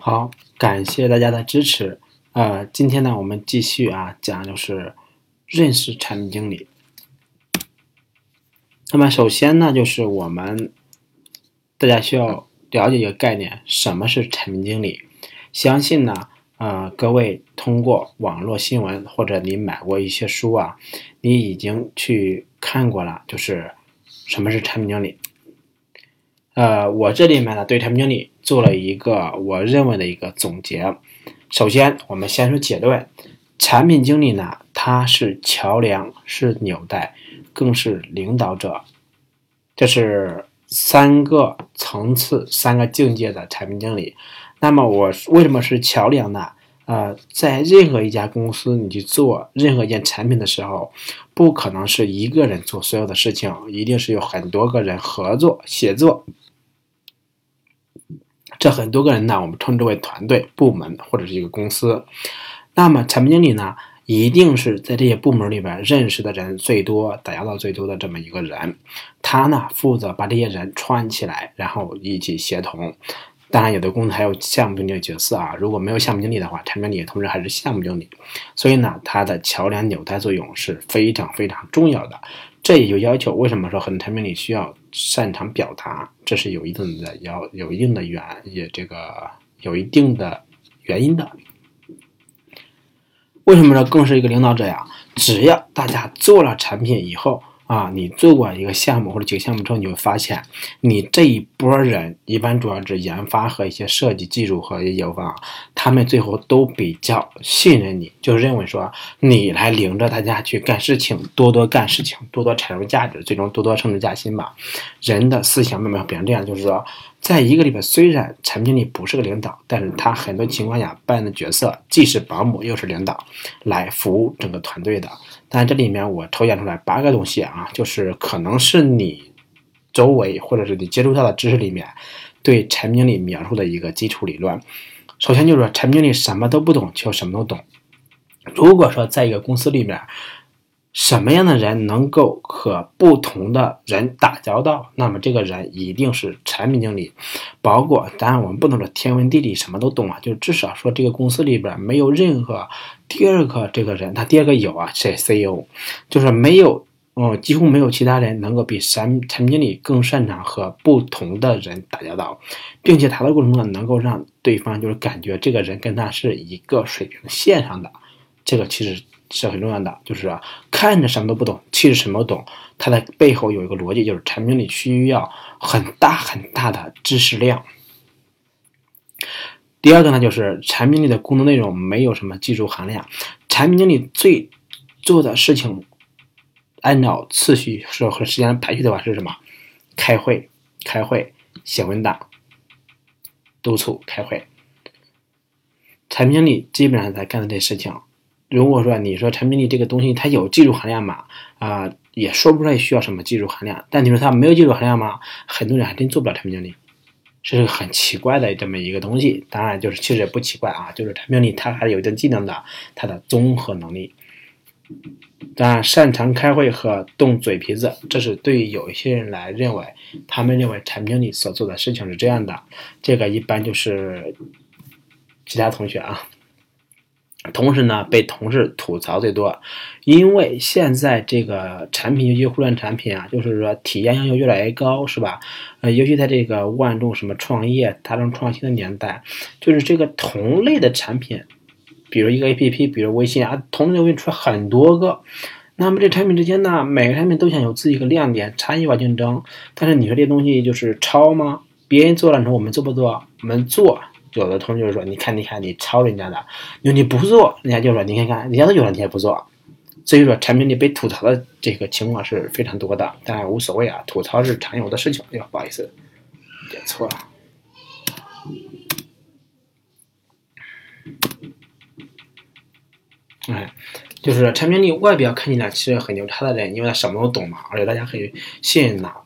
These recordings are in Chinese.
好，感谢大家的支持。今天呢，我们继续讲就是认识产品经理。那么首先呢，就是大家需要了解一个概念，什么是产品经理？相信呢，各位通过网络新闻或者你买过一些书你已经去看过了，就是什么是产品经理。我这里面呢对产品经理做了一个我认为的一个总结。首先我们先说结论，产品经理呢他是桥梁，是纽带，更是领导者，这是3个层次3个境界的产品经理。那么我为什么是桥梁呢？在任何一家公司你去做任何一件产品的时候，不可能是一个人做所有的事情，一定是有很多个人合作协作。这很多个人呢，我们称之为团队、部门或者是一个公司。那么产品经理呢，一定是在这些部门里边认识的人最多、打交道最多的这么一个人。他呢负责把这些人串起来，然后一起协同。当然有的公司还有项目经理的角色如果没有项目经理的话，产品经理同时还是项目经理。所以呢，他的桥梁纽带作用是非常非常重要的。这也就要求为什么说很多产品经理需要擅长表达，这是有一定的原因的。为什么说更是一个领导者呀？只要大家做了产品以后你做过一个项目或者几个项目之后，你会发现你这一波人一般主要是研发和一些设计技术和业务方，他们最后都比较信任你，就认为说你来领着大家去干事情，多多干事情，多多产生价值，最终多多升职加薪吧。人的思想慢慢变成这样，就是说在一个里边，虽然产品经理不是个领导，但是他很多情况下扮演的角色既是保姆又是领导，来服务整个团队的。但这里面我抽象出来8个东西就是可能是你周围或者是你接触到的知识里面对产品经理描述的一个基础理论。首先就是说产品经理什么都不懂就什么都懂。如果说在一个公司里面，什么样的人能够和不同的人打交道，那么这个人一定是产品经理。包括当然我们不能说天文地理什么都懂就至少说这个公司里边没有任何第二个这个人，他第二个有是 CEO， 就是没有几乎没有其他人能够比产品经理更擅长和不同的人打交道，并且他的过程中能够让对方就是感觉这个人跟他是一个水平线上的，这个其实是很重要的。就是看着什么都不懂，其实什么都懂，它的背后有一个逻辑，就是产品经理需要很大很大的知识量。第二个呢，就是产品经理的工作内容没有什么技术含量，产品经理最做的事情按照次序和时间排序的话是什么？开会、写文档、督促、开会。产品经理基本上在干的这事情。如果说你说产品经理这个东西它有技术含量吗？也说不出来需要什么技术含量。但你说它没有技术含量吗？很多人还真做不了产品经理，这是很奇怪的这么一个东西。当然就是其实也不奇怪就是产品经理他还有一定技能的，他的综合能力。当然擅长开会和动嘴皮子，这是对于有一些人来认为，他们认为产品经理所做的事情是这样的，这个一般就是其他同学同时呢被同事吐槽最多。因为现在这个产品，尤其互联网产品就是说体验要求越来越高，是吧？尤其在这个万众什么创业大众创新的年代，就是这个同类的产品，比如一个 APP， 比如微信同类会出来很多个。那么这产品之间呢，每个产品都想有自己一个亮点，差异化竞争。但是你说这东西就是抄吗？别人做了，你说我们做不做？我们做。有的同学就是说，你看你抄人家的，你不做，人家就说你看人家都有了，你也不做。所以说产品里被吐槽的这个情况是非常多的，当然无所谓吐槽是常有的事情。不好意思，点错了。就是产品经理外表看起来其实很牛叉的人，因为他什么都懂嘛，而且大家可以信任他。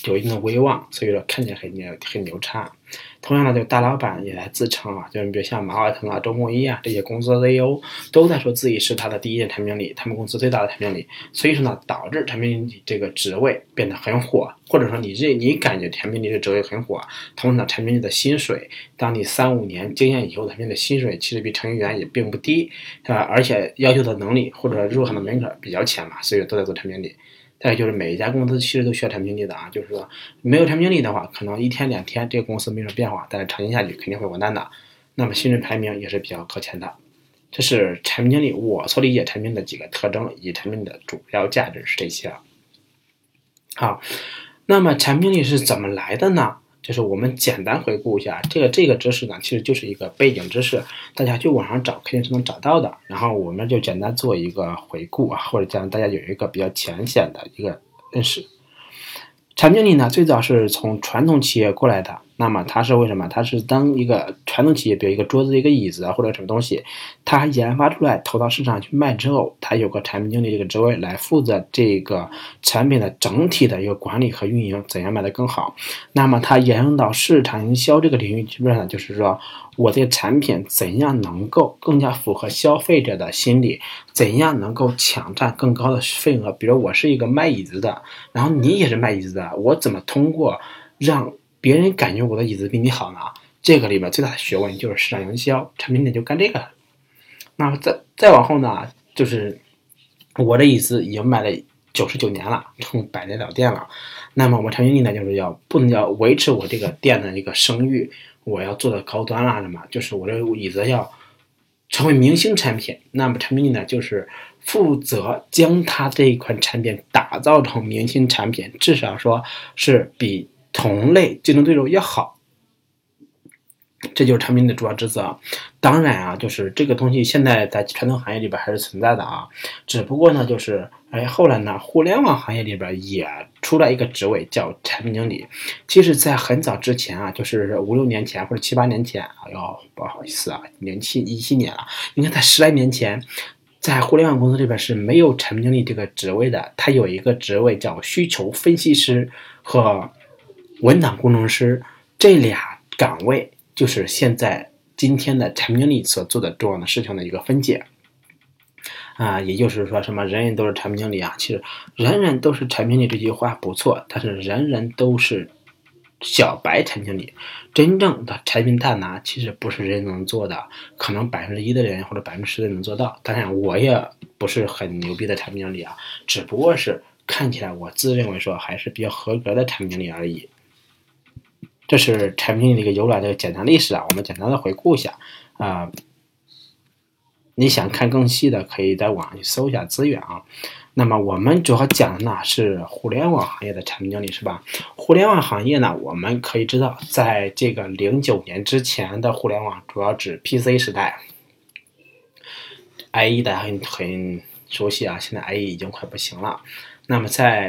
有一定的威望，所以说看起来很牛叉。同样的，就大老板也在自称啊，就比如像马化腾啊、周鸿祎啊这些公司的 CEO 都在说自己是他的第一任产品经理，他们公司最大的产品经理。所以说呢，导致产品经理这个职位变得很火，或者说你感觉产品经理的职位很火，同时呢，产品经理的薪水，当你3-5年经验以后，产品经理的薪水其实比程序员也并不低，而且要求的能力或者入行的门槛比较浅嘛，所以都在做产品经理。再就是每一家公司其实都需要产品经理的啊，就是说没有产品经理的话，可能1天2天这个公司没什么变化，但是长期下去肯定会完蛋的。那么薪水排名也是比较靠前的。这是产品经理我所理解产品的几个特征，以及产品的主要价值是这些。好，那么产品经理是怎么来的呢？就是我们简单回顾一下，这个知识呢，其实就是一个背景知识，大家去网上找肯定是能找到的。然后我们就简单做一个回顾啊，或者让大家有一个比较浅显的一个认识。产品经理呢，最早是从传统企业过来的。那么他是为什么？他是当一个传统企业，比如一个桌子、一个椅子或者什么东西，他研发出来投到市场去卖之后，他有个产品经理这个职位来负责这个产品的整体的一个管理和运营，怎样卖得更好。那么他延伸到市场营销这个领域，基本上就是说我这个产品怎样能够更加符合消费者的心理，怎样能够抢占更高的份额。比如我是一个卖椅子的，然后你也是卖椅子的，我怎么通过让别人感觉我的椅子比你好呢？这个里面最大的学问就是市场营销，产品经理就干这个。那么再往后呢，就是我的椅子已经卖了99年了，成100年老店了。那么我产品经理呢，就是不能要维持我这个店的一个声誉，我要做的高端啦，什么，就是我这个椅子要成为明星产品。那么产品经理呢，就是负责将它这一款产品打造成明星产品，至少说是比同类竞争对手要好。这就是产品的主要职责。当然啊，就是这个东西现在在传统行业里边还是存在的啊，只不过呢，就是后来呢，互联网行业里边也出来一个职位叫产品经理。其实在很早之前啊，就是5-6年前或者7-8年前，不好意思啊，17年了，应该在10来年前，在互联网公司这边是没有产品经理这个职位的，它有一个职位叫需求分析师和文档工程师，这俩岗位就是现在今天的产品经理所做的重要的事情的一个分解啊。也就是说什么人人都是产品经理啊，其实人人都是产品经理这句话不错，但是人人都是小白产品经理。真正的产品大拿其实不是人能做的，可能1%的人或者10%的人能做到。当然我也不是很牛逼的产品经理啊，只不过是看起来我自认为说还是比较合格的产品经理而已。这是产品经理的一个由来的简单历史啊，我们简单的回顾一下啊。你想看更细的，可以在网上去搜一下资源啊。那么我们主要讲的呢是互联网行业的产品经理，是吧？互联网行业呢，我们可以知道，在这个09年之前的互联网主要指 PC 时代。IE 大家很熟悉啊，现在 IE 已经快不行了。那么在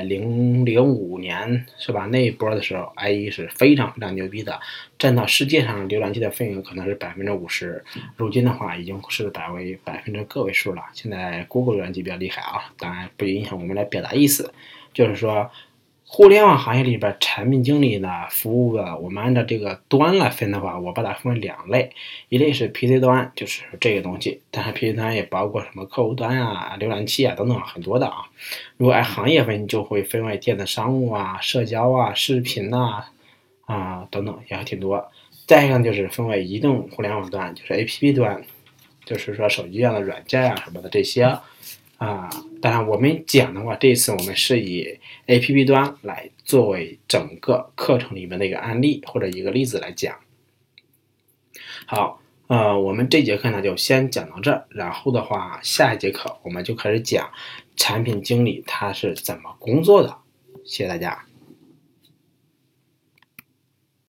005年是吧，那一波的时候 IE 是非常非常牛逼的，占到世界上浏览器的份额可能是50%，如今的话已经是个位数了。现在 Google 浏览器比较厉害啊，当然不影响我们来表达意思，就是说互联网行业里边产品经理呢服务的，我们按照这个端来分的话，我把它分为2类，一类是 PC 端，就是这个东西，但是 PC 端也包括什么客户端啊、浏览器啊等等很多的啊。如果按行业分，就会分为电子商务啊、社交啊、视频啊等等，也还挺多。再一个就是分为移动互联网端，就是 APP 端，就是说手机上的软件啊什么的这些当然我们讲的话，这一次我们是以 APP 端来作为整个课程里面的一个案例或者一个例子来讲。好，我们这节课呢就先讲到这儿，然后的话下一节课我们就开始讲产品经理他是怎么工作的。谢谢大家。